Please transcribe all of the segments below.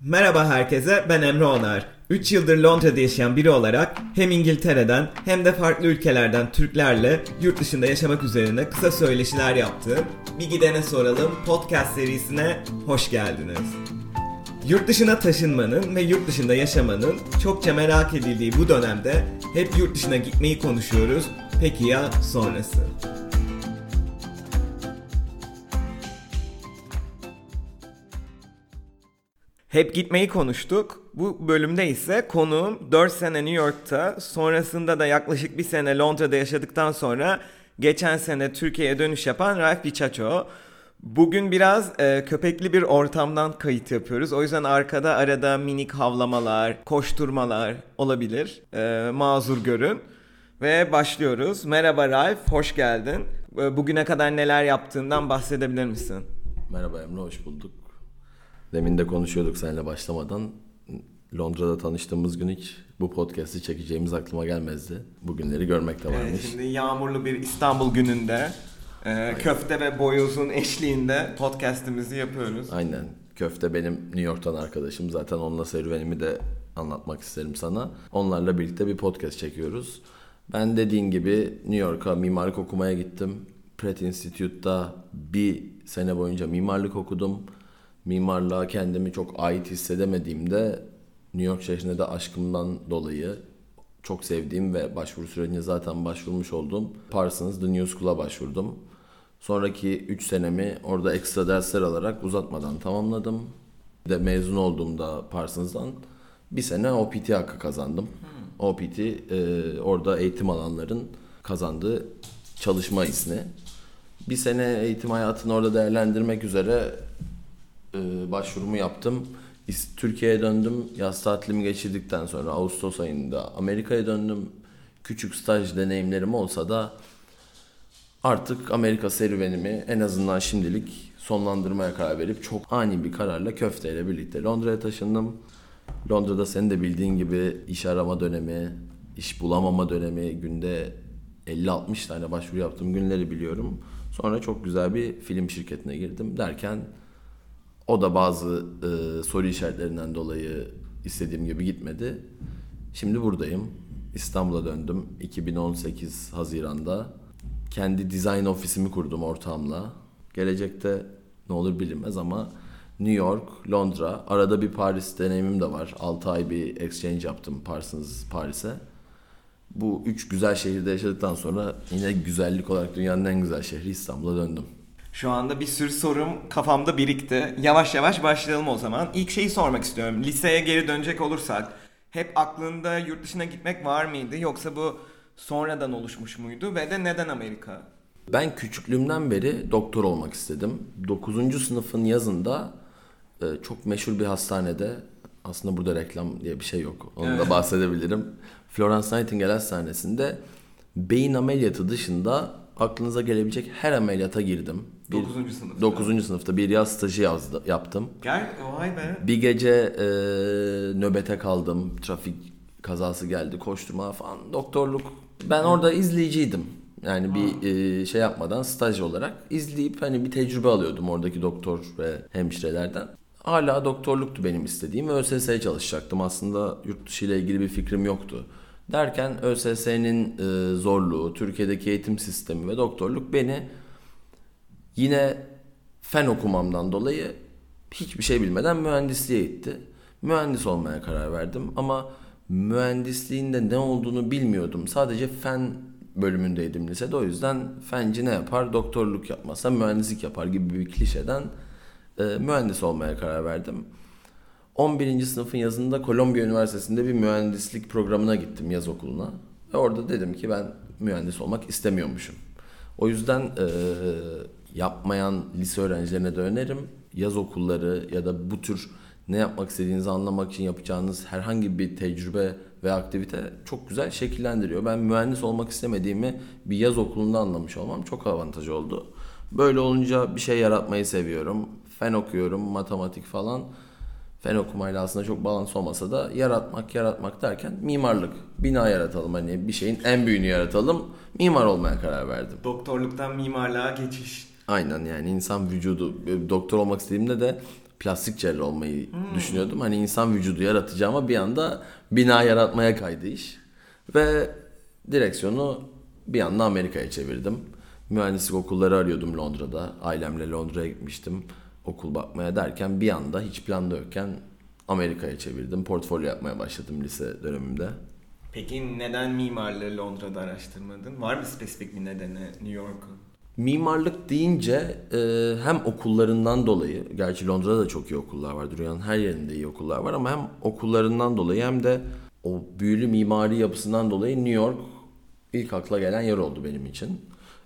Merhaba herkese, ben Emre Onar. 3 yıldır Londra'da yaşayan biri olarak hem İngiltere'den hem de farklı ülkelerden Türklerle yurt dışında yaşamak üzerine kısa söyleşiler yaptığım Bir Gidene Soralım podcast serisine hoş geldiniz. Yurt dışına taşınmanın ve yurt dışında yaşamanın çokça merak edildiği bu dönemde hep yurt dışına gitmeyi konuşuyoruz. Peki ya sonrası? Hep gitmeyi konuştuk. Bu bölümde ise konuğum 4 sene New York'ta, sonrasında da yaklaşık 1 sene Londra'da yaşadıktan sonra geçen sene Türkiye'ye dönüş yapan Raif Biçaço. Bugün biraz köpekli bir ortamdan kayıt yapıyoruz. O yüzden arkada arada minik havlamalar, koşturmalar olabilir. Mazur görün. Ve başlıyoruz. Merhaba Raif, hoş geldin. Bugüne kadar neler yaptığından bahsedebilir misin? Merhaba Emre, hoş bulduk. Demin de konuşuyorduk seninle başlamadan. Londra'da tanıştığımız gün hiç bu podcast'i çekeceğimiz aklıma gelmezdi. Bugünleri görmek de varmış. Şimdi yağmurlu bir İstanbul gününde köfte ve boyozun eşliğinde podcast'imizi yapıyoruz. Aynen. Köfte benim New York'tan arkadaşım. Zaten onunla serüvenimi de anlatmak isterim sana. Onlarla birlikte bir podcast çekiyoruz. Ben dediğin gibi New York'a mimarlık okumaya gittim. Pratt Institute'da bir sene boyunca mimarlık okudum. Mimarlığa kendimi çok ait hissedemediğimde New York şehrine de aşkımdan dolayı çok sevdiğim ve başvuru sürecinde zaten başvurmuş olduğum Parsons The New School'a başvurdum. Sonraki 3 senemi orada ekstra dersler alarak uzatmadan tamamladım. Bir de mezun olduğumda Parsons'dan bir sene OPT hakkı kazandım. OPT orada eğitim alanların kazandığı çalışma izni. Bir sene eğitim hayatını orada değerlendirmek üzere başvurumu yaptım. Türkiye'ye döndüm. Yaz tatilimi geçirdikten sonra Ağustos ayında Amerika'ya döndüm. Küçük staj deneyimlerim olsa da artık Amerika serüvenimi en azından şimdilik sonlandırmaya karar verip çok ani bir kararla köfteyle birlikte Londra'ya taşındım. Londra'da senin de bildiğin gibi iş arama dönemi, iş bulamama dönemi, günde 50-60 tane başvuru yaptığım günleri biliyorum. Sonra çok güzel bir film şirketine girdim derken o da bazı soru işaretlerinden dolayı istediğim gibi gitmedi. Şimdi buradayım. İstanbul'a döndüm 2018 Haziran'da. Kendi design ofisimi kurdum ortağımla. Gelecekte ne olur bilinmez ama New York, Londra, arada bir Paris deneyimim de var. 6 ay bir exchange yaptım Paris'e. Bu 3 güzel şehirde yaşadıktan sonra yine güzellik olarak dünyanın en güzel şehri İstanbul'a döndüm. Şu anda bir sürü sorum kafamda birikti. Yavaş yavaş başlayalım o zaman. İlk şeyi sormak istiyorum. Liseye geri dönecek olursak hep aklında yurt dışına gitmek var mıydı? Yoksa bu sonradan oluşmuş muydu? Ve de neden Amerika? Ben küçüklüğümden beri doktor olmak istedim. 9. sınıfın yazında çok meşhur bir hastanede, aslında burada reklam diye bir şey yok. Onu da bahsedebilirim. Florence Nightingale Hastanesi'nde beyin ameliyatı dışında aklınıza gelebilecek her ameliyata girdim. 9. sınıfta. 9. sınıfta bir yaz stajı yaptım. Vay be. Bir gece nöbete kaldım. Trafik kazası geldi, koşturma falan, doktorluk. Ben orada izleyiciydim. Yani bir şey yapmadan staj olarak izleyip hani bir tecrübe alıyordum oradaki doktor ve hemşirelerden. Hala doktorluktu benim istediğim ve ÖSS'ye çalışacaktım. Aslında yurt dışı ile ilgili bir fikrim yoktu. Derken ÖSS'nin zorluğu, Türkiye'deki eğitim sistemi ve doktorluk beni yine fen okumamdan dolayı hiçbir şey bilmeden mühendisliğe itti. Mühendis olmaya karar verdim ama mühendisliğin de ne olduğunu bilmiyordum. Sadece fen bölümündeydim lisede. O yüzden fenci ne yapar? Doktorluk yapmazsa mühendislik yapar gibi bir klişeden mühendis olmaya karar verdim. 11. sınıfın yazında Columbia Üniversitesi'nde bir mühendislik programına gittim, yaz okuluna. Ve orada dedim ki ben mühendis olmak istemiyormuşum. O yüzden yapmayan lise öğrencilerine de öneririm. Yaz okulları ya da bu tür ne yapmak istediğinizi anlamak için yapacağınız herhangi bir tecrübe ve aktivite çok güzel şekillendiriyor. Ben mühendis olmak istemediğimi bir yaz okulunda anlamış olmam çok avantaj oldu. Böyle olunca bir şey yaratmayı seviyorum. Fen okuyorum, matematik falan. Fen okumayla aslında çok balans olmasa da yaratmak derken mimarlık. Bina yaratalım, hani bir şeyin en büyüğünü yaratalım. Mimar olmaya karar verdim. Doktorluktan mimarlığa geçiş. Aynen, yani insan vücudu, doktor olmak istediğimde de plastik cerrah olmayı düşünüyordum. Hani insan vücudu yaratacağıma bir anda bina yaratmaya kaydı iş. Ve direksiyonu bir anda Amerika'ya çevirdim. Mühendislik okulları arıyordum Londra'da. Ailemle Londra'ya gitmiştim okul bakmaya derken bir anda hiç planda yokken Amerika'ya çevirdim. Portfolyo yapmaya başladım lise dönemimde. Peki neden mimarlığı Londra'da araştırmadın? Var mı spesifik bir nedeni New York'un? Mimarlık deyince hem okullarından dolayı, gerçi Londra'da da çok iyi okullar var, dünyanın her yerinde iyi okullar var ama hem okullarından dolayı hem de o büyülü mimari yapısından dolayı New York ilk akla gelen yer oldu benim için.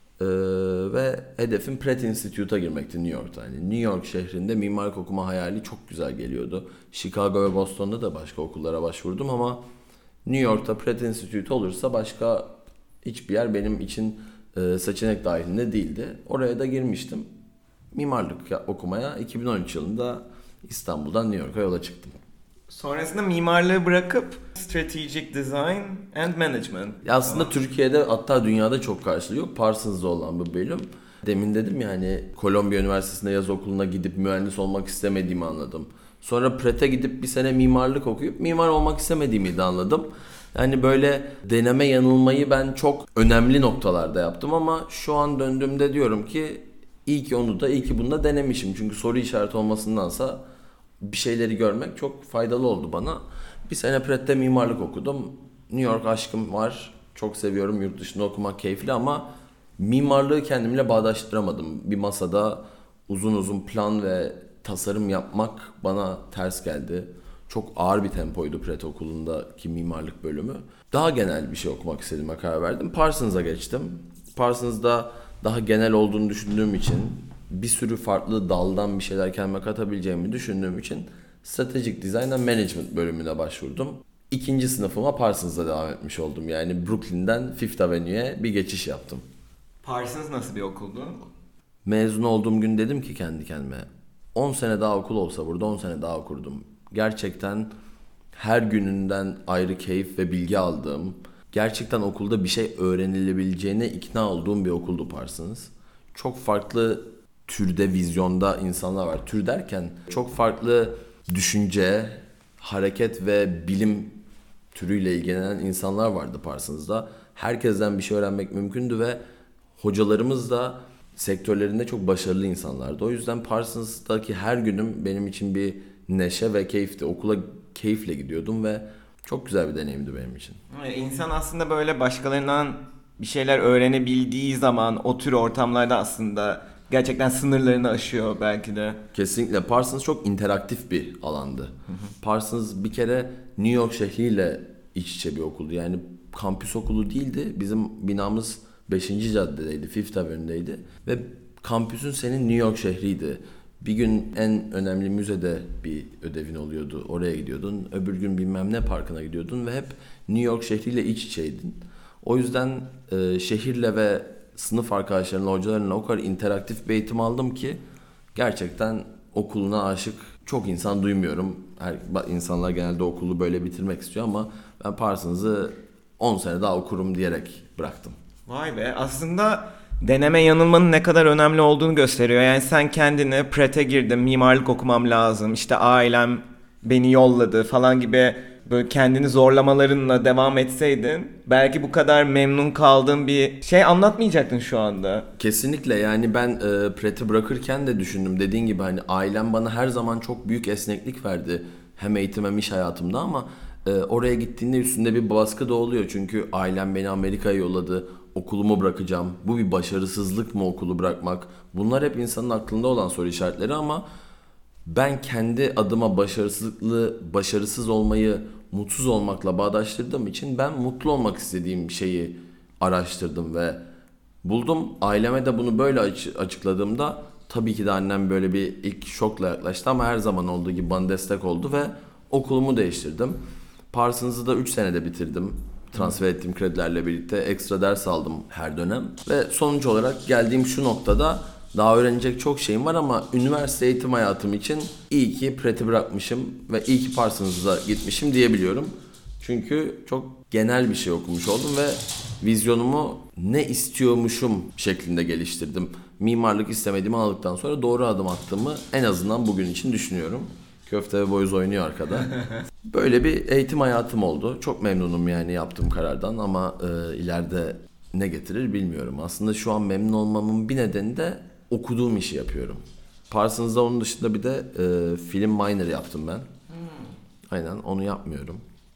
Ve hedefim Pratt Institute'a girmekti New York'ta. Yani New York şehrinde mimarlık okuma hayali çok güzel geliyordu. Chicago ve Boston'da da başka okullara başvurdum ama New York'ta Pratt Institute olursa başka hiçbir yer benim için seçenek dahilinde değildi. Oraya da girmiştim. Mimarlık okumaya 2013 yılında İstanbul'dan New York'a yola çıktım. Sonrasında mimarlığı bırakıp Strategic Design and Management. Ya aslında Türkiye'de hatta dünyada çok karşılığı yok. Parsons'da olan bir bölüm. Demin dedim ya hani Columbia Üniversitesi'nde yaz okuluna gidip mühendis olmak istemediğimi anladım. Sonra Pratt'e gidip bir sene mimarlık okuyup mimar olmak istemediğimi de anladım. Yani böyle deneme yanılmayı ben çok önemli noktalarda yaptım ama şu an döndüğümde diyorum ki iyi ki onu da iyi ki bunu da denemişim. Çünkü soru işareti olmasındansa bir şeyleri görmek çok faydalı oldu bana. Bir sene Pratt'te mimarlık okudum. New York aşkım var. Çok seviyorum, yurt dışında okumak keyifli ama mimarlığı kendimle bağdaştıramadım. Bir masada uzun uzun plan ve tasarım yapmak bana ters geldi. Çok ağır bir tempoydu Pratt Okulu'ndaki mimarlık bölümü. Daha genel bir şey okumak istediğime karar verdim. Parsons'a geçtim. Parsons'da daha genel olduğunu düşündüğüm için, bir sürü farklı daldan bir şeyler kendime katabileceğimi düşündüğüm için Strategic Design and Management bölümüne başvurdum. İkinci sınıfıma Parsons'da devam etmiş oldum. Yani Brooklyn'den Fifth Avenue'ye bir geçiş yaptım. Parsons nasıl bir okuldu? Mezun olduğum gün dedim ki kendi kendime 10 sene daha okul olsa burada 10 sene daha okurdum. Gerçekten her gününden ayrı keyif ve bilgi aldığım, gerçekten okulda bir şey öğrenilebileceğine ikna olduğum bir okuldu Parsons. Çok farklı türde, vizyonda insanlar var. Tür derken çok farklı düşünce, hareket ve bilim türüyle ilgilenen insanlar vardı Parsons'da. Herkesten bir şey öğrenmek mümkündü ve hocalarımız da sektörlerinde çok başarılı insanlardı. O yüzden Parsons'taki her günüm benim için bir neşe ve keyifti. Okula keyifle gidiyordum ve çok güzel bir deneyimdi benim için. İnsan aslında böyle başkalarından bir şeyler öğrenebildiği zaman o tür ortamlarda aslında gerçekten sınırlarını aşıyor belki de. Kesinlikle. Parsons çok interaktif bir alandı. Parsons bir kere New York şehriyle iç içe bir okuldu. Yani kampüs okulu değildi. Bizim binamız 5. caddedeydi, Fifth Avenue'deydi. Ve kampüsün senin New York şehriydi. Bir gün en önemli müzede bir ödevin oluyordu. Oraya gidiyordun. Öbür gün bilmem ne parkına gidiyordun ve hep New York şehriyle iç içeydin. O yüzden şehirle ve sınıf arkadaşlarımla, hocalarımla o kadar interaktif bir eğitim aldım ki gerçekten okuluna aşık çok insan duymuyorum. İnsanlar genelde okulu böyle bitirmek istiyor ama ben Parsons'ı 10 sene daha okurum diyerek bıraktım. Vay be, aslında deneme yanılmanın ne kadar önemli olduğunu gösteriyor. Yani sen kendini Pratt'e girdim, mimarlık okumam lazım, işte ailem beni yolladı falan gibi böyle kendini zorlamalarınla devam etseydin belki bu kadar memnun kaldığın bir şey anlatmayacaktın şu anda. Kesinlikle, yani ben Pratt'i bırakırken de düşündüm. Dediğin gibi hani ailem bana her zaman çok büyük esneklik verdi. Hem eğitim hem iş hayatımda ama oraya gittiğinde üstünde bir baskı da oluyor. Çünkü ailem beni Amerika'ya yolladı. Okulumu bırakacağım. Bu bir başarısızlık mı okulu bırakmak? Bunlar hep insanın aklında olan soru işaretleri ama ben kendi adıma başarısız olmayı mutsuz olmakla bağdaştırdığım için ben mutlu olmak istediğim şeyi araştırdım ve buldum. Aileme de bunu böyle açıkladığımda tabii ki de annem böyle bir ilk şokla yaklaştı ama her zaman olduğu gibi bana destek oldu ve okulumu değiştirdim. Parsons'ı da 3 senede bitirdim. Transfer ettiğim kredilerle birlikte ekstra ders aldım her dönem. Ve sonuç olarak geldiğim şu noktada daha öğrenecek çok şeyim var ama üniversite eğitim hayatım için iyi ki Pratt'i bırakmışım ve iyi ki Parsons'a gitmişim diyebiliyorum. Çünkü çok genel bir şey okumuş oldum ve vizyonumu ne istiyormuşum şeklinde geliştirdim. mimarlık istemediğimi anladıktan sonra doğru adım attığımı en azından bugün için düşünüyorum. Köfte ve boyuz oynuyor arkada. Böyle bir eğitim hayatım oldu. Çok memnunum yani yaptığım karardan ama ileride ne getirir bilmiyorum. Aslında şu an memnun olmamın bir nedeni de okuduğum işi yapıyorum. Parsons'da onun dışında bir de film minor yaptım ben. Aynen, onu yapmıyorum.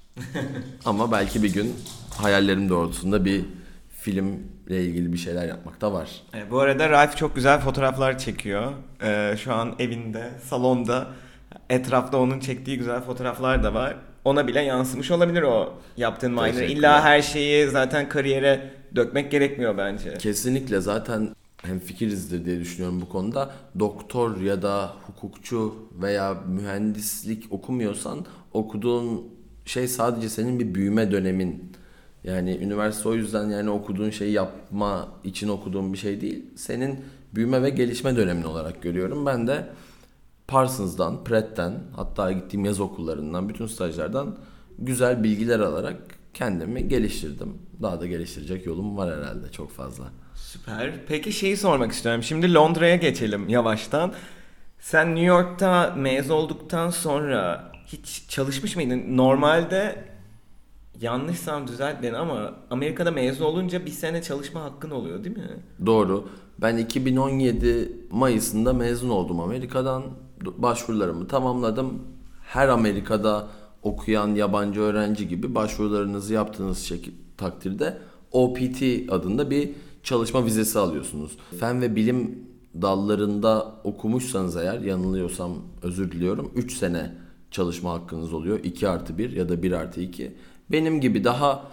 Ama belki bir gün hayallerim doğrultusunda bir filmle ilgili bir şeyler yapmak da var. Bu arada Raif çok güzel fotoğraflar çekiyor. Şu an evinde, salonda, etrafta onun çektiği güzel fotoğraflar da var. Ona bile yansımış olabilir o yaptığın minor. İlla her şeyi zaten kariyere dökmek gerekmiyor bence. Kesinlikle, zaten hemfikirizdir diye düşünüyorum bu konuda. Doktor ya da hukukçu veya mühendislik okumuyorsan okuduğun şey sadece senin bir büyüme dönemin. Yani üniversite o yüzden yani okuduğun şeyi yapma için okuduğun bir şey değil. Senin büyüme ve gelişme dönemin olarak görüyorum. Ben de Parsons'dan, Pratt'ten, hatta gittiğim yaz okullarından, bütün stajlardan güzel bilgiler alarak kendimi geliştirdim. Daha da geliştirecek yolum var herhalde çok fazla. Süper. Peki şeyi sormak istiyorum. Şimdi Londra'ya geçelim yavaştan. Sen New York'ta mezun olduktan sonra hiç çalışmış mıydın? Normalde yanlışsam düzelt beni ama Amerika'da mezun olunca bir sene çalışma hakkın oluyor değil mi? Doğru. Ben 2017 Mayıs'ında mezun oldum Amerika'dan. Başvurularımı tamamladım. Her Amerika'da okuyan yabancı öğrenci gibi başvurularınızı yaptığınız takdirde OPT adında bir çalışma vizesi alıyorsunuz. Fen ve bilim dallarında okumuşsanız eğer, yanılıyorsam özür diliyorum, 3 sene çalışma hakkınız oluyor. 2+1 ya da 1+2. Benim gibi daha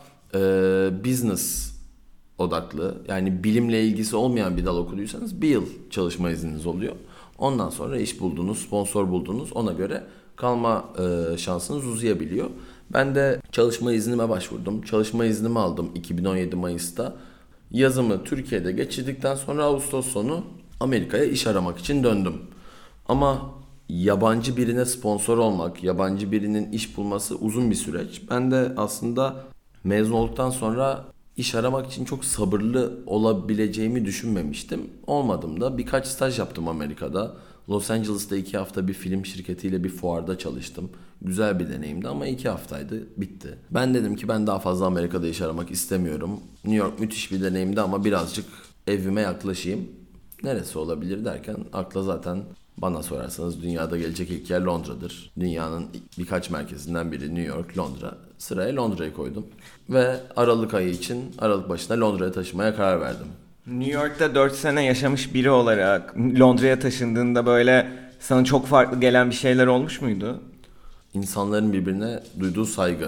business odaklı, yani bilimle ilgisi olmayan bir dal okuduysanız 1 yıl çalışma izniniz oluyor. Ondan sonra iş buldunuz, sponsor buldunuz, ona göre kalma şansınız uzayabiliyor. Ben de çalışma iznime başvurdum. Çalışma iznimi aldım 2017 Mayıs'ta. Yazımı Türkiye'de geçirdikten sonra Ağustos sonu Amerika'ya iş aramak için döndüm. Ama yabancı birine sponsor olmak, yabancı birinin iş bulması uzun bir süreç. Ben de aslında mezun olduktan sonra iş aramak için çok sabırlı olabileceğimi düşünmemiştim. Olmadım da. Birkaç staj yaptım Amerika'da. Los Angeles'ta 2 hafta bir film şirketiyle bir fuarda çalıştım. Güzel bir deneyimdi ama 2 haftaydı, bitti. Ben dedim ki ben daha fazla Amerika'da iş aramak istemiyorum. New York müthiş bir deneyimdi ama birazcık evime yaklaşayım. Neresi olabilir derken akla zaten, bana sorarsanız, dünyada gelecek ilk yer Londra'dır. Dünyanın birkaç merkezinden biri New York, Londra. Sıraya Londra'yı koydum. Ve Aralık ayı için Aralık başında Londra'ya taşımaya karar verdim. New York'ta 4 sene yaşamış biri olarak Londra'ya taşındığında böyle sana çok farklı gelen bir şeyler olmuş muydu? İnsanların birbirine duyduğu saygı.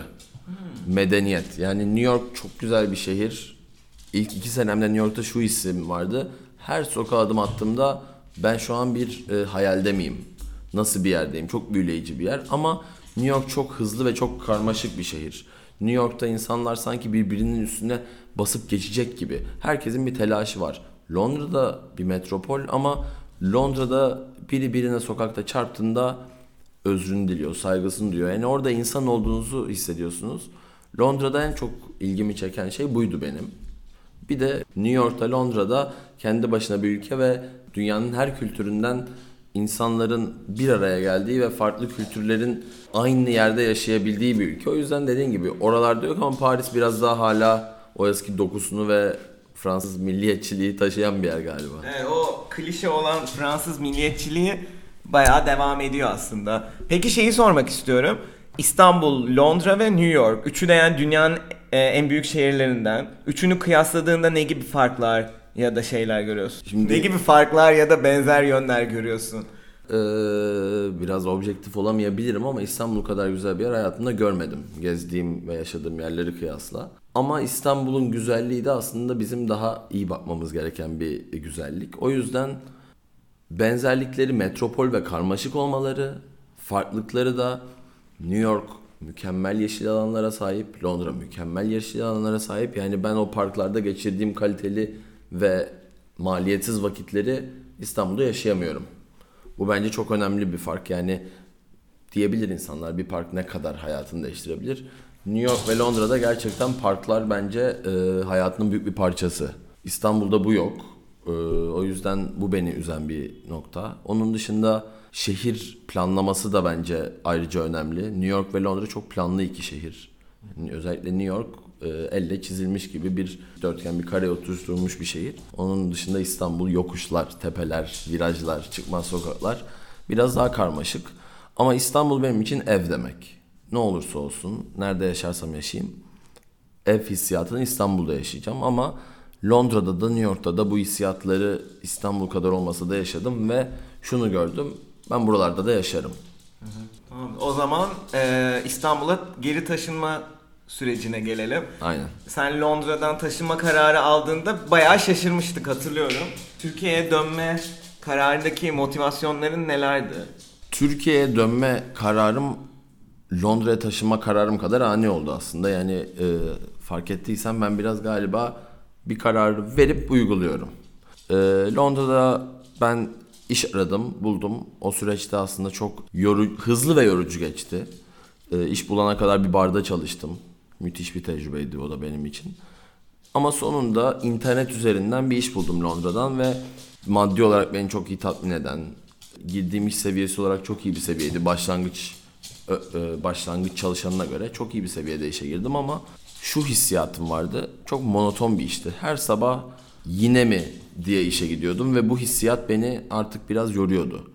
Medeniyet. Yani New York çok güzel bir şehir. İlk 2 senemde New York'ta şu hissim vardı. Her sokağa adım attığımda ben şu an bir hayalde miyim? Nasıl bir yerdeyim? Çok büyüleyici bir yer. Ama New York çok hızlı ve çok karmaşık bir şehir. New York'ta insanlar sanki birbirinin üstüne basıp geçecek gibi. Herkesin bir telaşı var. Londra'da bir metropol ama Londra'da biri birine sokakta çarptığında özrünü diliyor, saygısını duyuyor. Yani orada insan olduğunuzu hissediyorsunuz. Londra'da en çok ilgimi çeken şey buydu benim. Bir de New York'ta, Londra'da kendi başına bir ülke ve dünyanın her kültüründen insanların bir araya geldiği ve farklı kültürlerin aynı yerde yaşayabildiği bir ülke. O yüzden dediğin gibi oralarda yok ama Paris biraz daha hala o eski dokusunu ve Fransız milliyetçiliği taşıyan bir yer galiba. Evet, o klişe olan Fransız milliyetçiliği bayağı devam ediyor aslında. Peki şeyi sormak istiyorum. İstanbul, Londra ve New York. Üçü de yani dünyanın en büyük şehirlerinden. Üçünü kıyasladığında ne gibi farklar ya da şeyler görüyorsun? Şimdi, ne gibi farklar ya da benzer yönler görüyorsun? Biraz objektif olamayabilirim ama İstanbul kadar güzel bir yer hayatımda görmedim. Gezdiğim ve yaşadığım yerleri kıyasla. Ama İstanbul'un güzelliği de aslında bizim daha iyi bakmamız gereken bir güzellik. O yüzden benzerlikleri metropol ve karmaşık olmaları, farklılıkları da New York mükemmel yeşil alanlara sahip, Londra mükemmel yeşil alanlara sahip. Yani ben o parklarda geçirdiğim kaliteli ve maliyetsiz vakitleri İstanbul'da yaşayamıyorum. Bu bence çok önemli bir fark. Yani diyebilir insanlar, bir park ne kadar hayatını değiştirebilir. New York ve Londra'da gerçekten parklar bence hayatının büyük bir parçası. İstanbul'da bu yok. O yüzden bu beni üzen bir nokta. Onun dışında şehir planlaması da bence ayrıca önemli. New York ve Londra çok planlı iki şehir. Yani özellikle New York elle çizilmiş gibi bir dörtgen, bir kare oturtulmuş bir şehir. Onun dışında İstanbul yokuşlar, tepeler, virajlar, çıkmaz sokaklar biraz daha karmaşık. Ama İstanbul benim için ev demek. Ne olursa olsun, nerede yaşarsam yaşayayım, ev hissiyatını İstanbul'da yaşayacağım. Ama Londra'da da New York'ta da bu hissiyatları İstanbul kadar olmasa da yaşadım ve şunu gördüm: ben buralarda da yaşarım. Tamam. O zaman İstanbul'a geri taşınma sürecine gelelim. Aynen. Sen Londra'dan taşınma kararı aldığında bayağı şaşırmıştık, hatırlıyorum. Türkiye'ye dönme kararındaki motivasyonların nelerdi? Türkiye'ye dönme kararım Londra'ya taşınma kararım kadar ani oldu aslında. Yani fark ettiysen ben biraz galiba bir kararı verip uyguluyorum. Londra'da ben iş aradım, buldum. O süreçte aslında çok hızlı ve yorucu geçti. İş bulana kadar bir barda çalıştım. Müthiş bir tecrübeydi o da benim için. Ama sonunda internet üzerinden bir iş buldum Londra'dan ve maddi olarak beni çok iyi tatmin eden, girdiğim iş seviyesi olarak çok iyi bir seviyeydi. Başlangıç çalışanına göre çok iyi bir seviyede işe girdim ama şu hissiyatım vardı: çok monoton bir işti. Her sabah yine mi diye işe gidiyordum ve bu hissiyat beni artık biraz yoruyordu.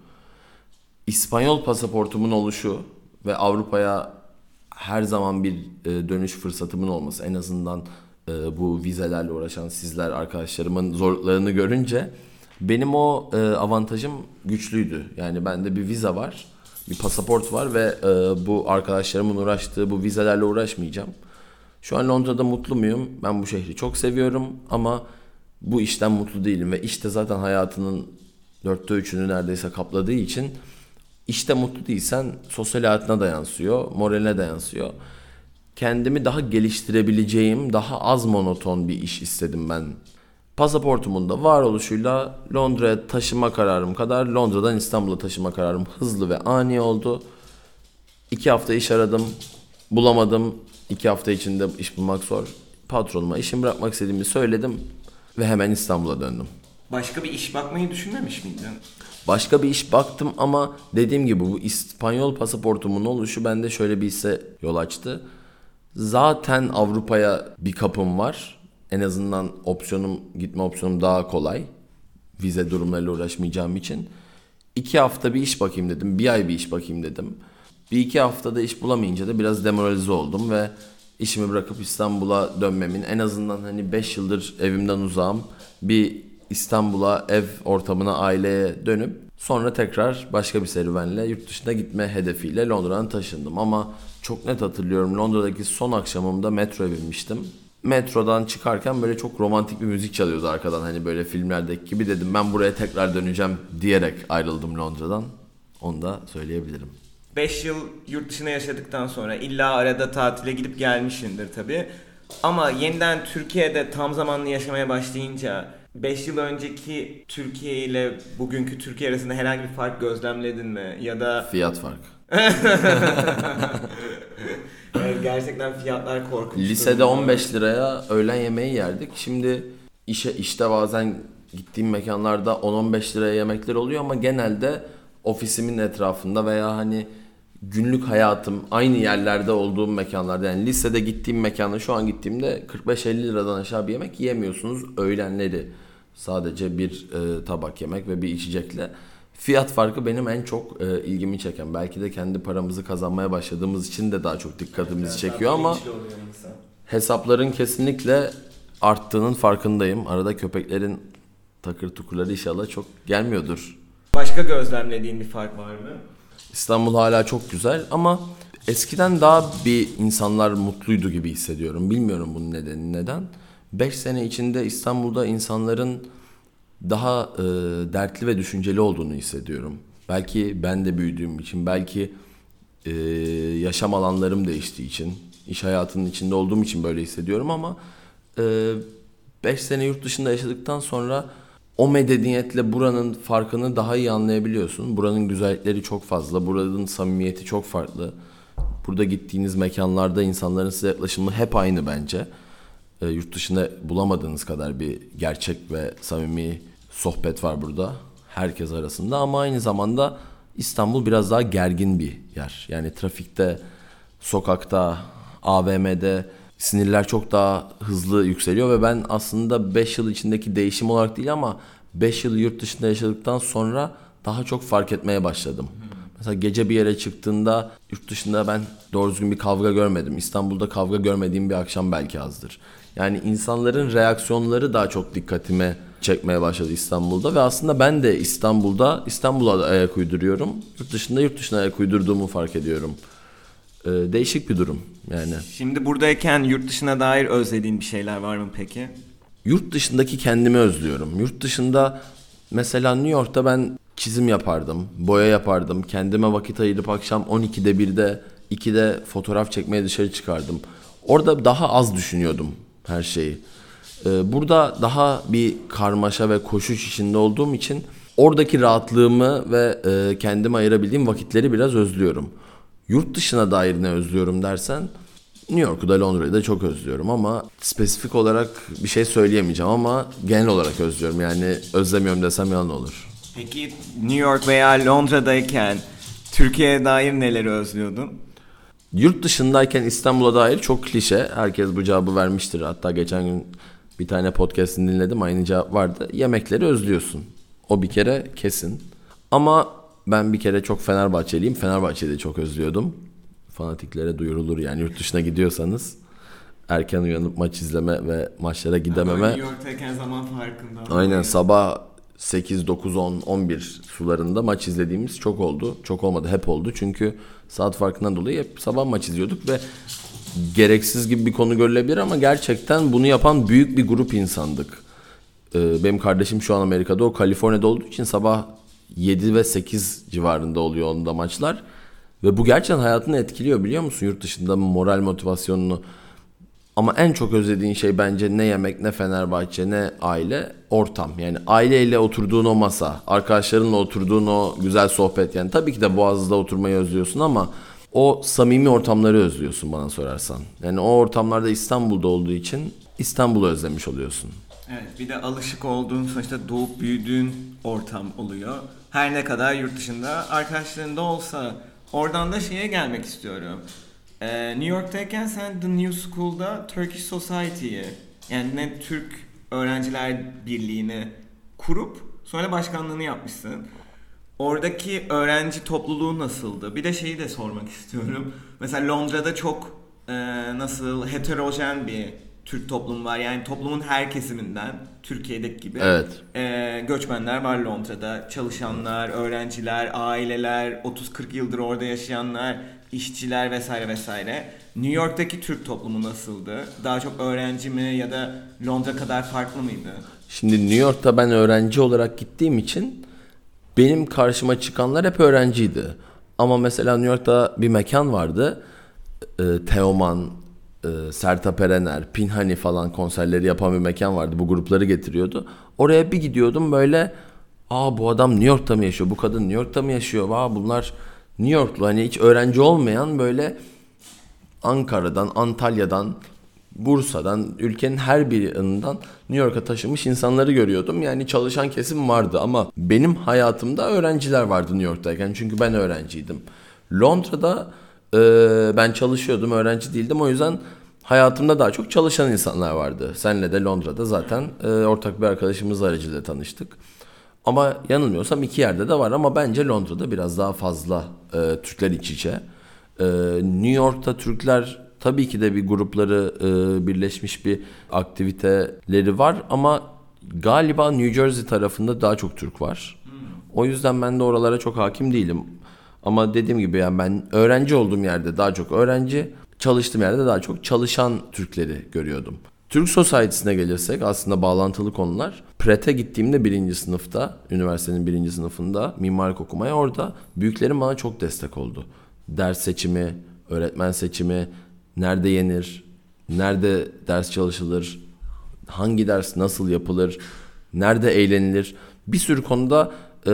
İspanyol pasaportumun oluşu ve Avrupa'ya her zaman bir dönüş fırsatımın olması, en azından bu vizelerle uğraşan sizler arkadaşlarımın zorluklarını görünce benim o avantajım güçlüydü. Yani bende bir vize var, bir pasaport var ve bu arkadaşlarımın uğraştığı bu vizelerle uğraşmayacağım. Şu an Londra'da mutlu muyum? Ben bu şehri çok seviyorum ama bu işten mutlu değilim ve işte zaten hayatının 3/4'ünü neredeyse kapladığı için işte mutlu değilsen sosyal hayatına da yansıyor, moraline de yansıyor. Kendimi daha geliştirebileceğim, daha az monoton bir iş istedim ben. Pasaportumun da varoluşuyla Londra'ya taşınma kararım kadar Londra'dan İstanbul'a taşınma kararım hızlı ve ani oldu. 2 hafta iş aradım, bulamadım. 2 hafta içinde iş bulmak zor. Patronuma işimi bırakmak istediğimi söyledim ve hemen İstanbul'a döndüm. Başka bir iş bakmayı düşünmemiş miydin? Başka bir iş baktım ama dediğim gibi bu İspanyol pasaportumun oluşu bende şöyle bir hisse yol açtı. Zaten Avrupa'ya bir kapım var. En azından gitme opsiyonum daha kolay. Vize durumlarıyla uğraşmayacağım için. 2 hafta bir iş bakayım dedim. 1 ay bir iş bakayım dedim. 1-2 haftada iş bulamayınca da biraz demoralize oldum ve işimi bırakıp İstanbul'a dönmemin, en azından hani 5 yıldır evimden uzağım, bir İstanbul'a, ev ortamına, aileye dönüp sonra tekrar başka bir serüvenle yurt dışına gitme hedefiyle Londra'dan taşındım. Ama çok net hatırlıyorum, Londra'daki son akşamımda metroya binmiştim. Metrodan çıkarken böyle çok romantik bir müzik çalıyordu arkadan, hani böyle filmlerdeki gibi. Dedim ben buraya tekrar döneceğim diyerek ayrıldım Londra'dan. Onu da söyleyebilirim. 5 yıl yurt dışına yaşadıktan sonra illa arada tatile gidip gelmişsindir tabii. Ama yeniden Türkiye'de tam zamanlı yaşamaya başlayınca 5 yıl önceki Türkiye ile bugünkü Türkiye arasında herhangi bir fark gözlemledin mi? Ya da Fiyat farkı. yani gerçekten fiyatlar korkunç. Lisede 15 liraya öğlen yemeği yerdik. Şimdi işte bazen gittiğim mekanlarda 10-15 liraya yemekler oluyor ama genelde ofisimin etrafında veya hani günlük hayatım aynı yerlerde olduğum mekanlarda, yani lisede gittiğim mekanda şu an gittiğimde 45-50 liradan aşağı bir yemek yiyemiyorsunuz öğlenleri. Sadece bir tabak yemek ve bir içecekle. Fiyat farkı benim en çok ilgimi çeken. Belki de kendi paramızı kazanmaya başladığımız için de daha çok dikkatimizi çekiyor ama hesapların kesinlikle arttığının farkındayım. Arada köpeklerin takır tukurları inşallah çok gelmiyordur. Başka gözlemlediğin bir fark var mı? İstanbul hala çok güzel ama eskiden daha bir insanlar mutluydu gibi hissediyorum. Bilmiyorum bunun nedeni neden. 5 sene içinde İstanbul'da insanların daha dertli ve düşünceli olduğunu hissediyorum. Belki ben de büyüdüğüm için, belki yaşam alanlarım değiştiği için, iş hayatının içinde olduğum için böyle hissediyorum ama 5 sene yurt dışında yaşadıktan sonra o medeniyetle buranın farkını daha iyi anlayabiliyorsun. Buranın güzellikleri çok fazla, buranın samimiyeti çok farklı. Burada gittiğiniz mekanlarda insanların size yaklaşımı hep aynı bence. Yurt dışında bulamadığınız kadar bir gerçek ve samimi sohbet var burada herkes arasında ama aynı zamanda İstanbul biraz daha gergin bir yer. Yani trafikte, sokakta, AVM'de sinirler çok daha hızlı yükseliyor ve ben aslında 5 yıl içindeki değişim olarak değil ama 5 yıl yurt dışında yaşadıktan sonra daha çok fark etmeye başladım. Mesela gece bir yere çıktığında yurt dışında ben doğru düzgün bir kavga görmedim. İstanbul'da kavga görmediğim bir akşam belki azdır. Yani insanların reaksiyonları daha çok dikkatime çekmeye başladı İstanbul'da ve aslında ben de İstanbul'a da ayak uyduruyorum. Yurt dışına ayak uydurduğumu fark ediyorum. Değişik bir durum yani. Şimdi buradayken yurt dışına dair özlediğin bir şeyler var mı peki? Yurt dışındaki kendimi özlüyorum. Yurt dışında mesela New York'ta ben çizim yapardım, boya yapardım. Kendime vakit ayırıp akşam 12'de 1'de 2'de fotoğraf çekmeye dışarı çıkardım. Orada daha az düşünüyordum her şeyi. Burada daha bir karmaşa ve koşuş içinde olduğum için oradaki rahatlığımı ve kendime ayırabildiğim vakitleri biraz özlüyorum. Yurt dışına dair ne özlüyorum dersen New York'u da Londra'yı da çok özlüyorum ama spesifik olarak bir şey söyleyemeyeceğim ama genel olarak özlüyorum. Yani özlemiyorum desem yalan olur. Peki New York veya Londra'dayken Türkiye'ye dair neleri özlüyordun? Yurt dışındayken İstanbul'a dair çok klişe. Herkes bu cevabı vermiştir. Hatta geçen gün bir tane podcast'ini dinledim. Aynı cevap vardı. Yemekleri özlüyorsun. O bir kere kesin. Ama ben bir kere çok Fenerbahçeliyim. Fenerbahçe'yi de çok özlüyordum. Fanatiklere duyurulur yani yurt dışına gidiyorsanız. Erken uyanıp maç izleme ve maçlara gidememe. New York'tayken zaman farkında. Aynen sabah 8, 9, 10, 11 sularında maç izlediğimiz çok oldu. Çok olmadı, hep oldu. Çünkü saat farkından dolayı hep sabah maç izliyorduk ve gereksiz gibi bir konu görülebilir ama gerçekten bunu yapan büyük bir grup insandık. Benim kardeşim şu an Amerika'da, o Kaliforniya'da olduğu için sabah 7 ve 8 civarında oluyor onda maçlar. Ve bu gerçekten hayatını etkiliyor biliyor musun? Yurt dışında moral motivasyonunu. Ama en çok özlediğin şey bence ne yemek, ne Fenerbahçe, ne aile, ortam. Yani aileyle oturduğun o masa, arkadaşlarınla oturduğun o güzel sohbet. Yani tabii ki de Boğaz'da oturmayı özlüyorsun ama o samimi ortamları özlüyorsun bana sorarsan. Yani o ortamlarda İstanbul'da olduğu için İstanbul'u özlemiş oluyorsun. Evet, bir de alışık olduğun, sonuçta doğup büyüdüğün ortam oluyor. Her ne kadar yurt dışında arkadaşlarında olsa. Oradan da şeye gelmek istiyorum. New York'tayken sen The New School'da Turkish Society'yi, yani ne Türk Öğrenciler Birliği'ni kurup sonra başkanlığını yapmışsın. Oradaki öğrenci topluluğu nasıldı? Bir de şeyi de sormak istiyorum. Mesela Londra'da çok nasıl heterojen bir Türk toplumu var. Yani toplumun her kesiminden, Türkiye'deki gibi. Evet. Göçmenler var Londra'da. Çalışanlar, öğrenciler, aileler, 30-40 yıldır orada yaşayanlar, işçiler vesaire vesaire. New York'taki Türk toplumu nasıldı? Daha çok öğrenci mi ya da Londra kadar farklı mıydı? Şimdi New York'ta ben öğrenci olarak gittiğim için benim karşıma çıkanlar hep öğrenciydi. Ama mesela New York'ta bir mekan vardı. Teoman, Sertab Erener, Pinhani falan konserleri yapan bir mekan vardı. Bu grupları getiriyordu. Oraya bir gidiyordum böyle, bu adam New York'ta mı yaşıyor? Bu kadın New York'ta mı yaşıyor? Bunlar New Yorklu. Hani hiç öğrenci olmayan böyle Ankara'dan, Antalya'dan, Bursa'dan, ülkenin her bir yanından New York'a taşımış insanları görüyordum. Yani çalışan kesim vardı ama benim hayatımda öğrenciler vardı New York'tayken. Çünkü ben öğrenciydim. Londra'da ben çalışıyordum, öğrenci değildim. O yüzden hayatımda daha çok çalışan insanlar vardı. Senle de Londra'da zaten ortak bir arkadaşımız aracılığıyla tanıştık. Ama yanılmıyorsam 2 yerde de var ama bence Londra'da biraz daha fazla Türkler iç içe. New York'ta Türkler tabii ki de bir grupları, birleşmiş bir aktiviteleri var ama galiba New Jersey tarafında daha çok Türk var. O yüzden ben de oralara çok hakim değilim. Ama dediğim gibi yani ben öğrenci olduğum yerde daha çok öğrenci, çalıştığım yerde daha çok çalışan Türkleri görüyordum. Türk Society'sine gelirsek aslında bağlantılı konular. Pratt'e gittiğimde 1. sınıfta, üniversitenin 1. sınıfında mimarlık okumaya, orada büyüklerim bana çok destek oldu. Ders seçimi, öğretmen seçimi, nerede yenir, nerede ders çalışılır, hangi ders nasıl yapılır, nerede eğlenilir. Bir sürü konuda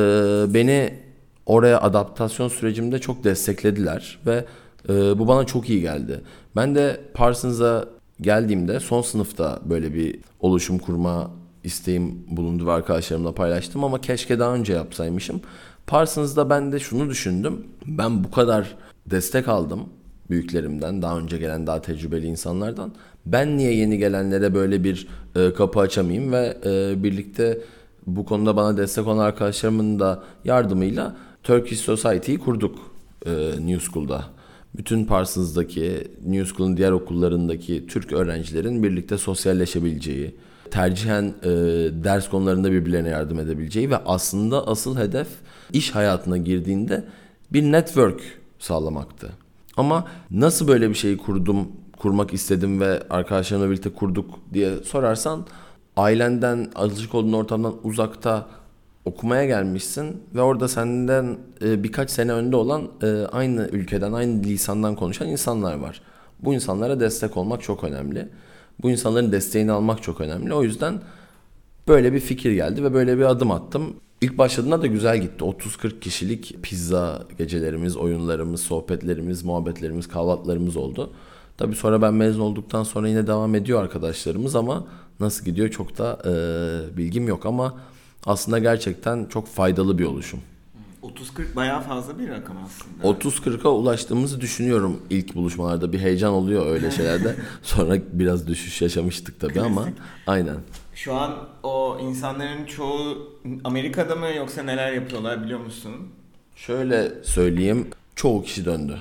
beni oraya adaptasyon sürecimde çok desteklediler ve bu bana çok iyi geldi. Ben de Parsons'a geldiğimde son sınıfta böyle bir oluşum kurma isteğim bulundu ve arkadaşlarımla paylaştım ama keşke daha önce yapsaymışım. Parsons'da ben de şunu düşündüm. Ben bu kadar destek aldım büyüklerimden, daha önce gelen daha tecrübeli insanlardan. Ben niye yeni gelenlere böyle bir kapı açamayayım ve birlikte bu konuda bana destek olan arkadaşlarımın da yardımıyla Turkish Society'yi kurduk New School'da. Bütün Parsons'daki, New School'un diğer okullarındaki Türk öğrencilerin birlikte sosyalleşebileceği, tercihen ders konularında birbirlerine yardım edebileceği ve aslında asıl hedef iş hayatına girdiğinde bir network sağlamaktı. Ama nasıl böyle bir şeyi kurmak istedim ve arkadaşlarımla birlikte kurduk diye sorarsan, ailenden, alışık olduğun ortamdan uzakta okumaya gelmişsin ve orada senden birkaç sene önde olan aynı ülkeden, aynı lisandan konuşan insanlar var. Bu insanlara destek olmak çok önemli. Bu insanların desteğini almak çok önemli. O yüzden böyle bir fikir geldi ve böyle bir adım attım. İlk başladığında da güzel gitti. 30-40 kişilik pizza gecelerimiz, oyunlarımız, sohbetlerimiz, muhabbetlerimiz, kahvaltılarımız oldu. Tabii sonra ben mezun olduktan sonra yine devam ediyor arkadaşlarımız ama nasıl gidiyor çok da bilgim yok ama aslında gerçekten çok faydalı bir oluşum. 30-40 bayağı fazla bir rakam aslında. 30-40'a ulaştığımızı düşünüyorum ilk buluşmalarda. Bir heyecan oluyor öyle şeylerde. Sonra biraz düşüş yaşamıştık tabii ama aynen. Şu an o insanların çoğu Amerika'da mı yoksa neler yapıyorlar biliyor musun? Şöyle söyleyeyim, çoğu kişi döndü.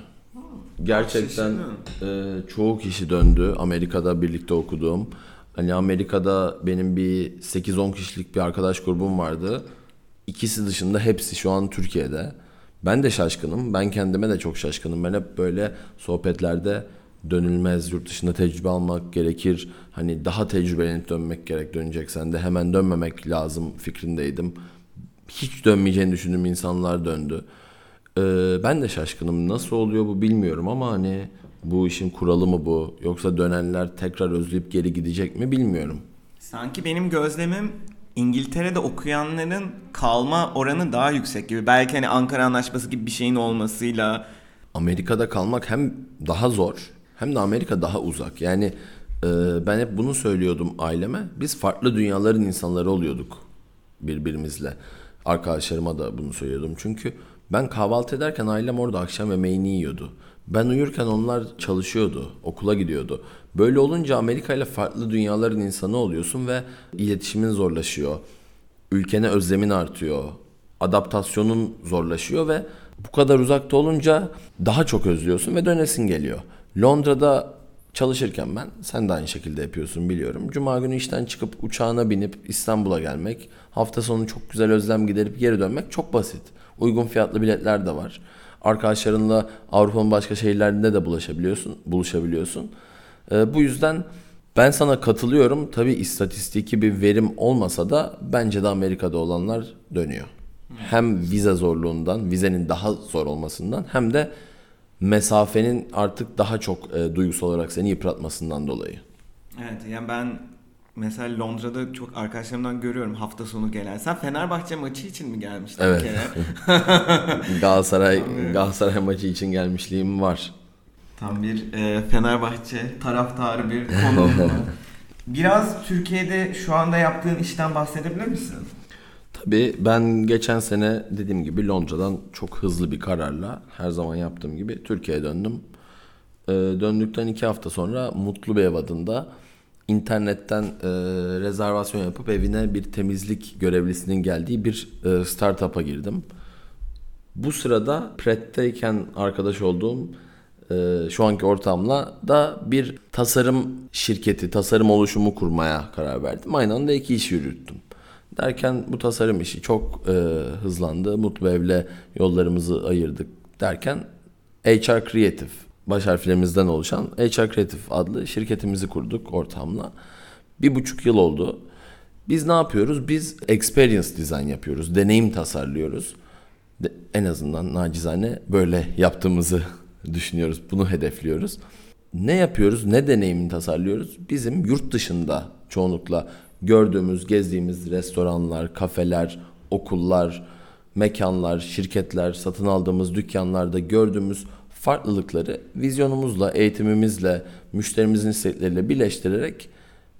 Gerçekten çoğu kişi döndü. Amerika'da birlikte okuduğum. Hani Amerika'da benim bir 8-10 kişilik bir arkadaş grubum vardı. İkisi dışında hepsi şu an Türkiye'de. Ben de şaşkınım. Ben kendime de çok şaşkınım. Ben hep böyle sohbetlerde dönülmez, yurt dışında tecrübe almak gerekir. Hani daha tecrübelenip dönmek gerek, döneceksen de hemen dönmemek lazım fikrindeydim. Hiç dönmeyeceğini düşündüğüm insanlar döndü. Ben de şaşkınım. Nasıl oluyor bu bilmiyorum ama hani bu işin kuralı mı bu? Yoksa dönenler tekrar özleyip geri gidecek mi bilmiyorum. Sanki benim gözlemim İngiltere'de okuyanların kalma oranı daha yüksek gibi. Belki hani Ankara Anlaşması gibi bir şeyin olmasıyla. Amerika'da kalmak hem daha zor hem de Amerika daha uzak. Yani ben hep bunu söylüyordum aileme. Biz farklı dünyaların insanları oluyorduk birbirimizle. Arkadaşlarıma da bunu söylüyordum. Çünkü ben kahvaltı ederken ailem orada akşam yemeğini yiyordu. Ben uyurken onlar çalışıyordu, okula gidiyordu. Böyle olunca Amerika ile farklı dünyaların insanı oluyorsun ve iletişimin zorlaşıyor. Ülkene özlemin artıyor. Adaptasyonun zorlaşıyor ve bu kadar uzakta olunca daha çok özlüyorsun ve dönesin geliyor. Londra'da çalışırken sen de aynı şekilde yapıyorsun biliyorum. Cuma günü işten çıkıp uçağına binip İstanbul'a gelmek, hafta sonu çok güzel özlem giderip geri dönmek çok basit. Uygun fiyatlı biletler de var. Arkadaşlarınla Avrupa'nın başka şehirlerinde de buluşabiliyorsun. Bu yüzden ben sana katılıyorum. Tabii istatistiki bir verim olmasa da bence de Amerika'da olanlar dönüyor. Hem vize zorluğundan, vizenin daha zor olmasından hem de mesafenin artık daha çok duygusal olarak seni yıpratmasından dolayı. Evet, yani ben mesela Londra'da çok arkadaşlarımdan görüyorum hafta sonu gelen. Sen Fenerbahçe maçı için mi gelmiştin Evet. bir kere? Galatasaray maçı için gelmişliğim var. Tam bir Fenerbahçe taraftarı bir konuğum var. Biraz Türkiye'de şu anda yaptığın işten bahsedebilir misin? Tabii ben geçen sene dediğim gibi Londra'dan çok hızlı bir kararla her zaman yaptığım gibi Türkiye'ye döndüm. Döndükten 2 hafta sonra Mutlu bir Ev adında internetten rezervasyon yapıp evine bir temizlik görevlisinin geldiği bir startup'a girdim. Bu sırada Pret'teyken arkadaş olduğum şu anki ortamla da bir tasarım şirketi, tasarım oluşumu kurmaya karar verdim. Aynı anda 2 iş yürüttüm. Derken bu tasarım işi çok hızlandı. Mutlu Ev'le yollarımızı ayırdık derken HR Creative, baş harflerimizden oluşan HR Creative adlı şirketimizi kurduk ortamla. 1,5 yıl oldu. Biz ne yapıyoruz? Biz experience design yapıyoruz. Deneyim tasarlıyoruz. En azından nacizane böyle yaptığımızı düşünüyoruz. Bunu hedefliyoruz. Ne yapıyoruz? Ne deneyimini tasarlıyoruz? Bizim yurt dışında çoğunlukla gördüğümüz, gezdiğimiz restoranlar, kafeler, okullar, mekanlar, şirketler, satın aldığımız dükkanlarda gördüğümüz farklılıkları vizyonumuzla, eğitimimizle, müşterimizin istekleriyle birleştirerek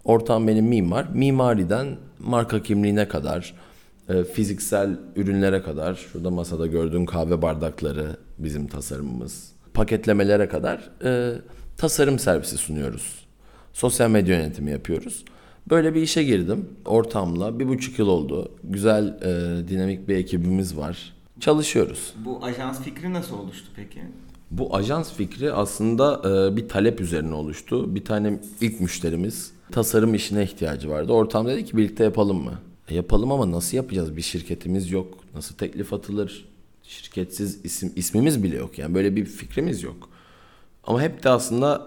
Ortağım benim mimar. Mimariden marka kimliğine kadar, fiziksel ürünlere kadar, şurada masada gördüğün kahve bardakları bizim tasarımımız. Paketlemelere kadar tasarım servisi sunuyoruz. Sosyal medya yönetimi yapıyoruz. Böyle bir işe girdim ortamla. 1,5 yıl oldu. Güzel, dinamik bir ekibimiz var. Çalışıyoruz. Bu ajans fikri nasıl oluştu peki? Bu ajans fikri aslında bir talep üzerine oluştu. Bir tane ilk müşterimiz tasarım işine ihtiyacı vardı. Ortam dedi ki birlikte yapalım mı? Yapalım ama nasıl yapacağız? Bir şirketimiz yok. Nasıl teklif atılır? Şirketsiz ismimiz bile yok. Yani böyle bir fikrimiz yok. Ama hep de aslında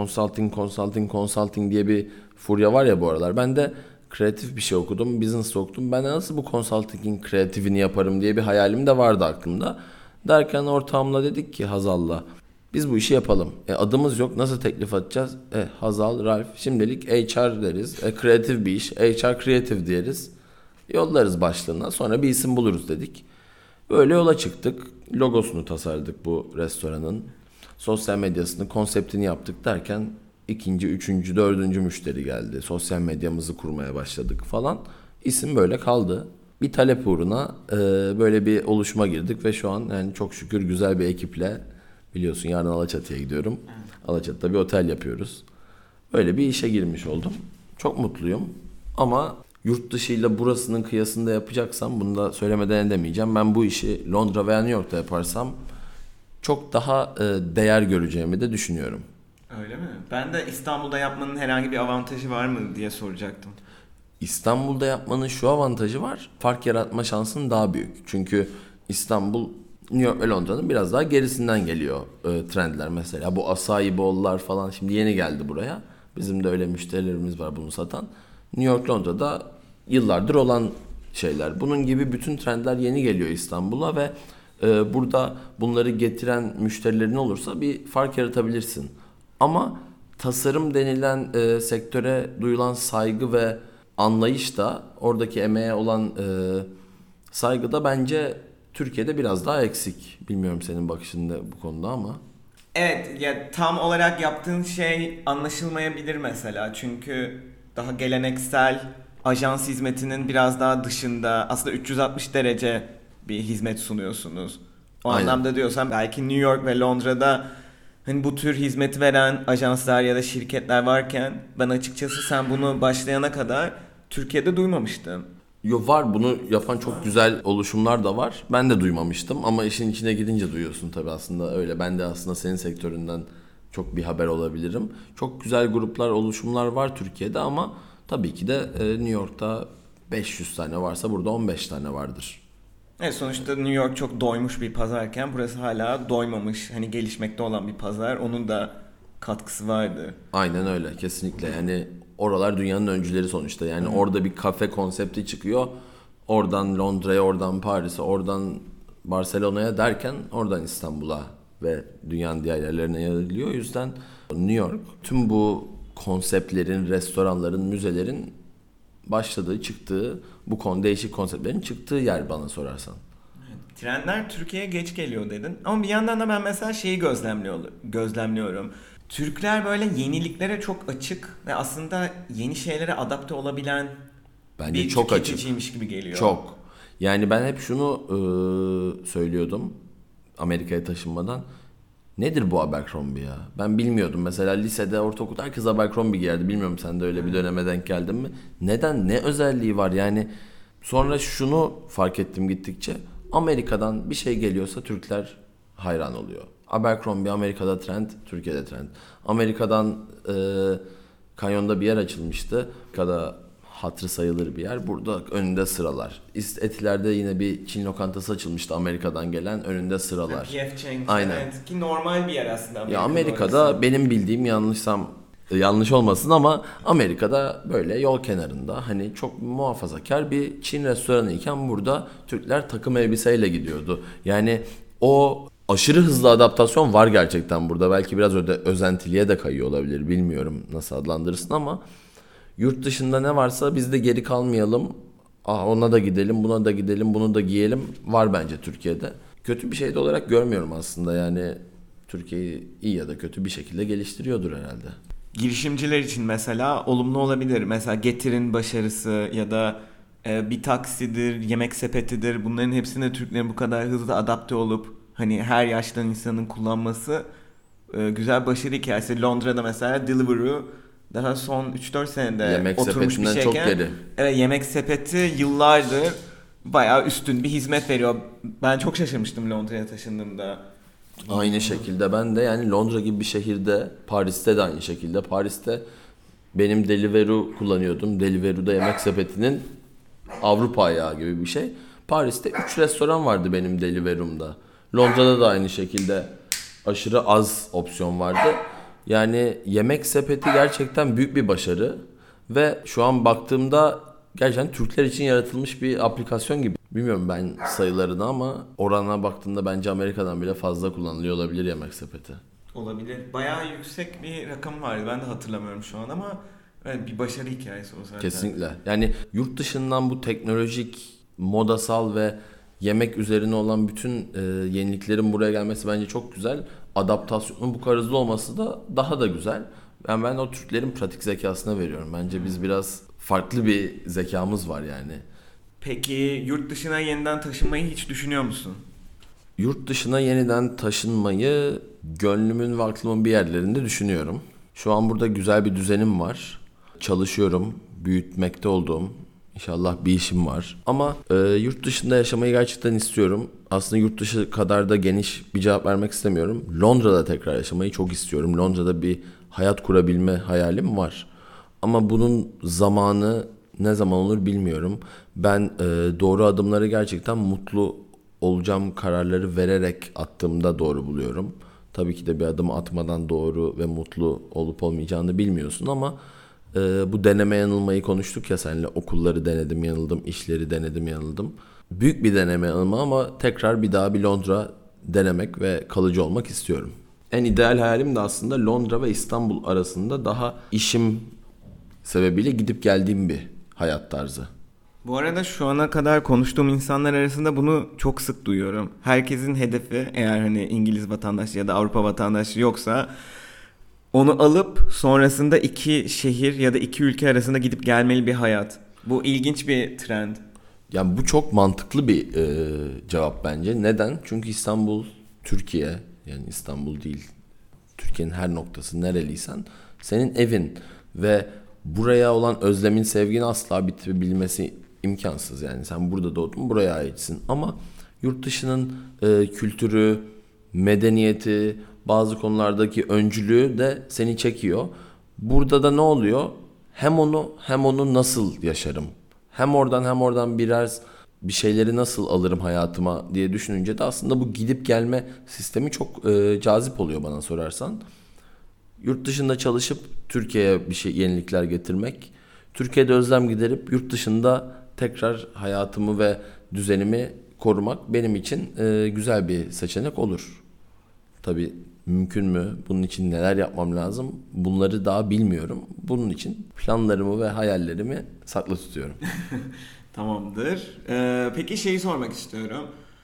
consulting diye bir furya var ya bu aralar. Ben de kreatif bir şey okudum, business okudum. Ben de nasıl bu consulting'in kreatifini yaparım diye bir hayalim de vardı aklımda. Derken ortağımla dedik ki Hazal'la biz bu işi yapalım. Adımız yok, nasıl teklif atacağız? Hazal, Ralf, şimdilik HR deriz. Kreatif bir iş, HR kreatif deriz. Yollarız başlığına, sonra bir isim buluruz dedik. Böyle yola çıktık. Logosunu tasarladık bu restoranın. Sosyal medyasını, konseptini yaptık derken ikinci, üçüncü, dördüncü müşteri geldi. Sosyal medyamızı kurmaya başladık falan. İsim böyle kaldı. Bir talep uğruna böyle bir oluşuma girdik ve şu an yani çok şükür güzel bir ekiple, biliyorsun yarın Alaçatı'ya gidiyorum. Alaçatı'da bir otel yapıyoruz. Böyle bir işe girmiş oldum. Çok mutluyum ama yurt dışıyla burasının kıyasında yapacaksam bunu da söylemeden edemeyeceğim. Ben bu işi Londra veya New York'ta yaparsam çok daha değer göreceğimi de düşünüyorum. Öyle mi? Ben de İstanbul'da yapmanın herhangi bir avantajı var mı diye soracaktım. İstanbul'da yapmanın şu avantajı var. Fark yaratma şansın daha büyük. Çünkü İstanbul, New York ve Londra'nın biraz daha gerisinden geliyor trendler mesela. Bu acai bowl'lar falan şimdi yeni geldi buraya. Bizim de öyle müşterilerimiz var bunu satan. New York, Londra'da yıllardır olan şeyler. Bunun gibi bütün trendler yeni geliyor İstanbul'a ve burada bunları getiren müşterilerin olursa bir fark yaratabilirsin. Ama tasarım denilen sektöre duyulan saygı ve anlayış da, oradaki emeğe olan saygı da bence Türkiye'de biraz daha eksik. Bilmiyorum senin bakışın ne bu konuda ama. Evet, ya tam olarak yaptığın şey anlaşılmayabilir mesela. Çünkü daha geleneksel ajans hizmetinin biraz daha dışında aslında 360 derece bir hizmet sunuyorsunuz. O Aynen. anlamda diyorsan belki New York ve Londra'da hani bu tür hizmeti veren ajanslar ya da şirketler varken ben açıkçası sen bunu başlayana kadar Türkiye'de duymamıştım. Yo, var, bunu yapan çok güzel oluşumlar da var. Ben de duymamıştım ama işin içine girince duyuyorsun tabii, aslında öyle. Ben de aslında senin sektöründen çok bir haber olabilirim. Çok güzel gruplar, oluşumlar var Türkiye'de ama tabii ki de New York'ta 500 tane varsa burada 15 tane vardır. Evet, sonuçta New York çok doymuş bir pazarken burası hala doymamış, hani gelişmekte olan bir pazar. Onun da katkısı vardı. Aynen öyle, kesinlikle. Yani oralar dünyanın öncüleri sonuçta. Yani orada bir kafe konsepti çıkıyor. Oradan Londra'ya, oradan Paris'e, oradan Barcelona'ya derken oradan İstanbul'a ve dünyanın diğer yerlerine yayılıyor. O yüzden New York tüm bu konseptlerin, restoranların, müzelerin başladığı, çıktığı, bu değişik konseptlerin çıktığı yer bana sorarsan. Trendler Türkiye'ye geç geliyor dedin. Ama bir yandan da ben mesela şeyi gözlemliyorum. Türkler böyle yeniliklere çok açık ve aslında yeni şeylere adapte olabilen Bence bir çok açık. tüketiciymiş gibi geliyor. Çok. Yani ben hep şunu söylüyordum Amerika'ya taşınmadan. Nedir bu Abercrombie ya? Ben bilmiyordum. Mesela lisede, ortaokulda herkes Abercrombie giyerdi. Bilmiyorum sen de öyle bir döneme denk geldin mi? Neden? Ne özelliği var? Yani sonra şunu fark ettim gittikçe. Amerika'dan bir şey geliyorsa Türkler hayran oluyor. Abercrombie Amerika'da trend, Türkiye'de trend. Amerika'dan Kanyon'da bir yer açılmıştı. Amerika'da hatırı sayılır bir yer. Burada önünde sıralar. Etiler'de yine bir Çin lokantası açılmıştı Amerika'dan gelen, önünde sıralar. P.F. Chang's, Aynen. evet. Ki normal bir yer aslında. Ya Amerika'da orası. Benim bildiğim, yanlış olmasın ama Amerika'da böyle yol kenarında hani çok muhafazakar bir Çin restoranı iken burada Türkler takım elbiseyle gidiyordu. Yani o aşırı hızlı adaptasyon var gerçekten burada. Belki biraz özentiliğe de kayıyor olabilir. Bilmiyorum nasıl adlandırırsın ama yurt dışında ne varsa biz de geri kalmayalım. Ona da gidelim, buna da gidelim, bunu da giyelim var bence Türkiye'de. Kötü bir şey de olarak görmüyorum aslında. Yani Türkiye'yi iyi ya da kötü bir şekilde geliştiriyordur herhalde. girişimciler için mesela olumlu olabilir. Mesela Getir'in başarısı ya da bir taksidir, yemek sepetidir. Bunların hepsine Türklerin bu kadar hızlı adapte olup hani her yaştan insanın kullanması güzel başarı hikayesi. Londra'da mesela Deliveroo daha son 3-4 senede Yemek oturmuş bir sepetinden çok şeyken geri. evet, yemek sepeti yıllardır bayağı üstün bir hizmet veriyor. Ben çok şaşırmıştım Londra'ya taşındığımda. Aynı şekilde ben de yani Londra gibi bir şehirde, Paris'te de aynı şekilde. Paris'te benim Deliveroo kullanıyordum. Deliveroo'da yemek sepetinin Avrupa ayağı gibi bir şey. Paris'te 3 restoran vardı benim Deliveroo'mda. Londra'da da aynı şekilde aşırı az opsiyon vardı. Yani yemek sepeti gerçekten büyük bir başarı. Ve şu an baktığımda gerçekten Türkler için yaratılmış bir aplikasyon gibi. Bilmiyorum ben sayılarını ama oranına baktığımda bence Amerika'dan bile fazla kullanılıyor olabilir yemek sepeti. Olabilir. Bayağı yüksek bir rakam vardı. Ben de hatırlamıyorum şu an ama evet, bir başarı hikayesi o zaten. Kesinlikle. Yani yurt dışından bu teknolojik, modasal ve yemek üzerine olan bütün yeniliklerin buraya gelmesi bence çok güzel. Adaptasyonun bu kadar hızlı olması da daha da güzel. Ben o Türklerin pratik zekasına veriyorum. Bence biz biraz farklı bir zekamız var yani. Peki yurt dışına yeniden taşınmayı hiç düşünüyor musun? Yurt dışına yeniden taşınmayı gönlümün ve aklımın bir yerlerinde düşünüyorum. Şu an burada güzel bir düzenim var. Çalışıyorum, büyütmekte olduğum inşallah bir işim var. Ama yurt dışında yaşamayı gerçekten istiyorum. Aslında yurt dışı kadar da geniş bir cevap vermek istemiyorum. Londra'da tekrar yaşamayı çok istiyorum. Londra'da bir hayat kurabilme hayalim var. Ama bunun zamanı ne zaman olur bilmiyorum. Ben doğru adımları gerçekten mutlu olacağım kararları vererek attığımda doğru buluyorum. Tabii ki de bir adım atmadan doğru ve mutlu olup olmayacağını bilmiyorsun ama bu deneme yanılmayı konuştuk ya seninle. Okulları denedim, yanıldım, işleri denedim, yanıldım. Büyük bir deneme yanılma ama tekrar bir daha bir Londra denemek ve kalıcı olmak istiyorum. En ideal hayalim de aslında Londra ve İstanbul arasında daha işim sebebiyle gidip geldiğim bir hayat tarzı. Bu arada şu ana kadar konuştuğum insanlar arasında bunu çok sık duyuyorum. Herkesin hedefi eğer hani İngiliz vatandaşı ya da Avrupa vatandaşı yoksa onu alıp sonrasında iki şehir ya da iki ülke arasında gidip gelmeli bir hayat. Bu ilginç bir trend. Yani bu çok mantıklı bir cevap bence. Neden? Çünkü İstanbul, Türkiye, yani İstanbul değil, Türkiye'nin her noktası nereliysen senin evin ve buraya olan özlemin, sevgin asla bitebilmesi imkansız. Yani sen burada doğdun, buraya aitsin. Ama yurt dışının kültürü, medeniyeti, bazı konulardaki öncülüğü de seni çekiyor. Burada da ne oluyor? Hem onu nasıl yaşarım? Hem oradan hem oradan bir şeyleri nasıl alırım hayatıma diye düşününce de aslında bu gidip gelme sistemi çok cazip oluyor bana sorarsan. Yurt dışında çalışıp Türkiye'ye bir şey yenilikler getirmek, Türkiye'de özlem giderip yurt dışında tekrar hayatımı ve düzenimi korumak benim için güzel bir seçenek olur. Tabii mümkün mü? Bunun için neler yapmam lazım? Bunları daha bilmiyorum. Bunun için planlarımı ve hayallerimi saklı tutuyorum. Tamamdır. Peki şeyi sormak istiyorum.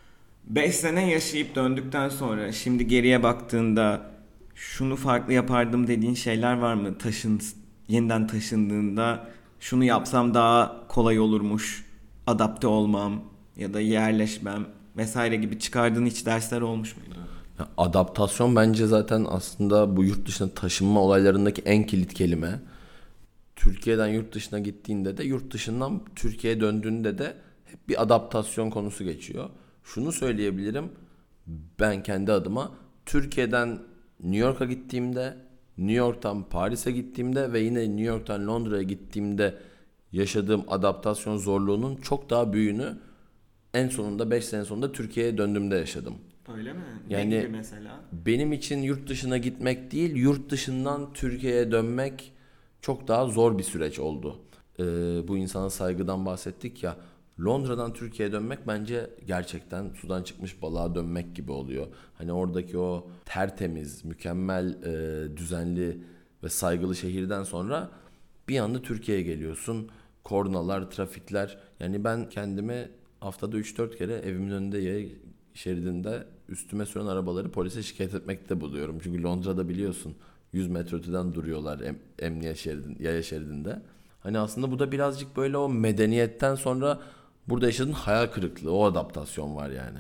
5 sene yaşayıp döndükten sonra şimdi geriye baktığında şunu farklı yapardım dediğin şeyler var mı? Yeniden taşındığında şunu yapsam daha kolay olurmuş, adapte olmam ya da yerleşmem vesaire gibi çıkardığın hiç dersler olmuş muydu? Ya, adaptasyon bence zaten aslında bu yurt dışına taşınma olaylarındaki en kilit kelime. Türkiye'den yurt dışına gittiğinde de yurt dışından Türkiye'ye döndüğünde de hep bir adaptasyon konusu geçiyor. Şunu söyleyebilirim ben kendi adıma Türkiye'den New York'a gittiğimde, New York'tan Paris'e gittiğimde ve yine New York'tan Londra'ya gittiğimde yaşadığım adaptasyon zorluğunun çok daha büyüğünü en sonunda 5 sene sonunda Türkiye'ye döndüğümde yaşadım. Öyle mi? Yani ne gibi mesela? benim için yurt dışına gitmek değil, yurt dışından Türkiye'ye dönmek çok daha zor bir süreç oldu. Bu insana saygıdan bahsettik ya. Londra'dan Türkiye'ye dönmek bence gerçekten sudan çıkmış balığa dönmek gibi oluyor. Hani oradaki o tertemiz, mükemmel, düzenli ve saygılı şehirden sonra bir anda Türkiye'ye geliyorsun. Kornalar, trafikler. Yani ben kendimi haftada 3-4 kere evimin önünde şeridinde üstüme süren arabaları polise şikayet etmekte buluyorum. Çünkü Londra'da biliyorsun 100 metre öteden duruyorlar emniyet şeridinde, yaya şeridinde. Hani aslında bu da birazcık böyle o medeniyetten sonra burada yaşadığın hayal kırıklığı, o adaptasyon var yani.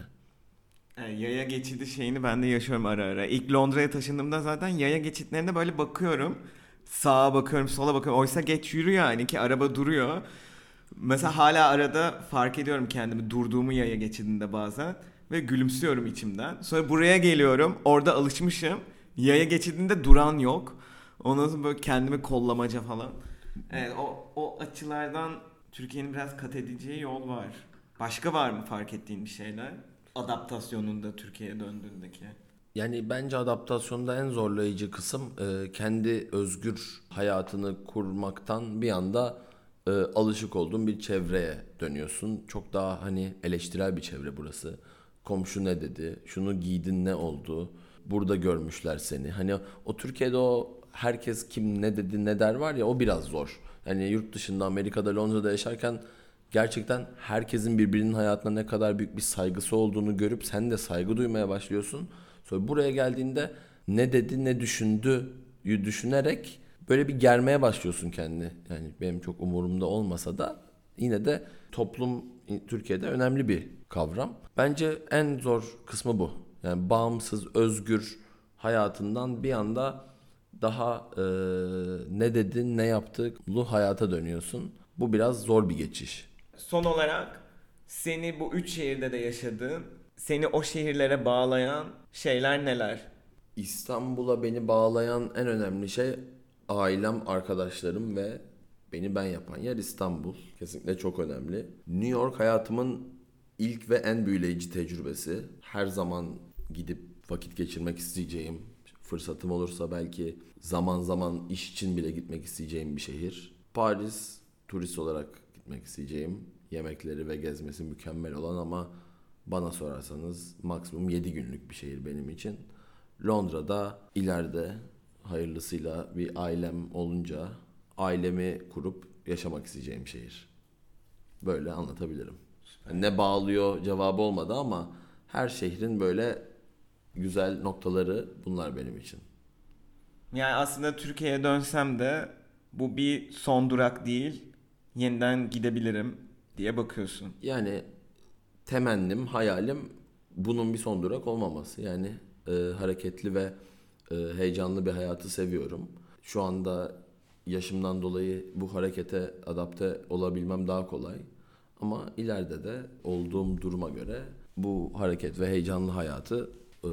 Yaya geçidi şeyini ben de yaşıyorum ara ara. İlk Londra'ya taşındığımda zaten yaya geçitlerine böyle bakıyorum. Sağa bakıyorum, sola bakıyorum. Oysa geç yürü yani ki araba duruyor. Mesela hala arada fark ediyorum kendimi durduğumu yaya geçidinde bazen. Ve gülümsüyorum içimden. Sonra buraya geliyorum. Orada alışmışım. Yaya geçidinde duran yok. Ondan sonra böyle kendimi kollamaca falan. Evet, o açılardan Türkiye'nin biraz kat edeceği yol var. Başka var mı fark ettiğin bir şeyler? Adaptasyonunda Türkiye'ye döndüğündeki. Yani bence adaptasyonda en zorlayıcı kısım kendi özgür hayatını kurmaktan bir anda alışık olduğun bir çevreye dönüyorsun. Çok daha hani eleştirel bir çevre burası. Komşu ne dedi, şunu giydin ne oldu, burada görmüşler seni. Hani o Türkiye'de o herkes kim ne dedi ne der var ya, o biraz zor. Yani yurt dışında Amerika'da, Londra'da yaşarken gerçekten herkesin birbirinin hayatına ne kadar büyük bir saygısı olduğunu görüp sen de saygı duymaya başlıyorsun. Sonra buraya geldiğinde ne dedi ne düşündü düşünerek böyle bir germeye başlıyorsun kendini. Yani benim çok umurumda olmasa da yine de toplum Türkiye'de önemli bir kavram. Bence en zor kısmı bu. Yani bağımsız, özgür hayatından bir anda daha ne dedin, ne yaptık, bu hayata dönüyorsun. Bu biraz zor bir geçiş. Son olarak seni bu 3 şehirde de yaşadığın, seni o şehirlere bağlayan şeyler neler? İstanbul'a beni bağlayan en önemli şey ailem, arkadaşlarım ve beni ben yapan yer İstanbul. Kesinlikle çok önemli. New York hayatımın ilk ve en büyüleyici tecrübesi. Her zaman gidip vakit geçirmek isteyeceğim, fırsatım olursa belki zaman zaman iş için bile gitmek isteyeceğim bir şehir. Paris, turist olarak gitmek isteyeceğim. Yemekleri ve gezmesi mükemmel olan ama bana sorarsanız maksimum 7 günlük bir şehir benim için. Londra'da ileride hayırlısıyla bir ailem olunca ailemi kurup yaşamak isteyeceğim şehir. Böyle anlatabilirim. Yani ne bağlıyor cevabı olmadı ama her şehrin böyle güzel noktaları bunlar benim için. Yani aslında Türkiye'ye dönsem de bu bir son durak değil, yeniden gidebilirim diye bakıyorsun. Yani temennim, hayalim bunun bir son durak olmaması. Yani hareketli ve heyecanlı bir hayatı seviyorum. Şu anda yaşımdan dolayı bu harekete adapte olabilmem daha kolay. Ama ileride de olduğum duruma göre bu hareket ve heyecanlı hayatı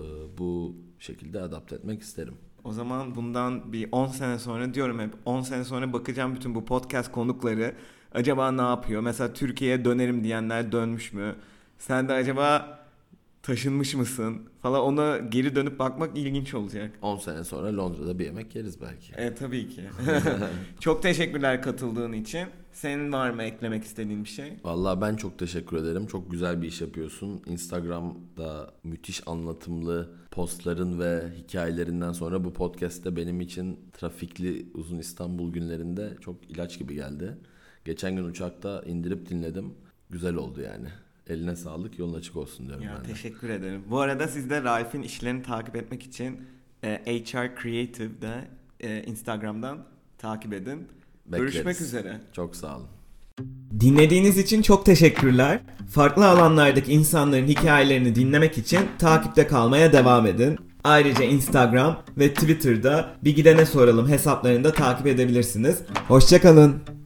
bu şekilde adapte etmek isterim. O zaman bundan bir 10 sene sonra diyorum hep 10 sene sonra bakacağım bütün bu podcast konukları acaba ne yapıyor? Mesela Türkiye'ye dönerim diyenler dönmüş mü? Sen de acaba taşınmış mısın? Falan ona geri dönüp bakmak ilginç olacak. 10 sene sonra Londra'da bir yemek yeriz belki. Tabii ki. Çok teşekkürler katıldığın için. Senin var mı eklemek istediğin bir şey? Vallahi ben çok teşekkür ederim. Çok güzel bir iş yapıyorsun. Instagram'da müthiş anlatımlı postların ve hikayelerinden sonra bu podcast'te benim için trafikli uzun İstanbul günlerinde çok ilaç gibi geldi. Geçen gün uçakta indirip dinledim. Güzel oldu yani. Eline sağlık, yolun açık olsun diyorum ben de. Teşekkür ederim. Bu arada siz de Raif'in işlerini takip etmek için HR Creative'de Instagram'dan takip edin. Bekleriz. Görüşmek üzere. Çok sağ olun. Dinlediğiniz için çok teşekkürler. Farklı alanlardaki insanların hikayelerini dinlemek için takipte kalmaya devam edin. Ayrıca Instagram ve Twitter'da Bir Gidene Soralım hesaplarını da takip edebilirsiniz. Hoşça kalın.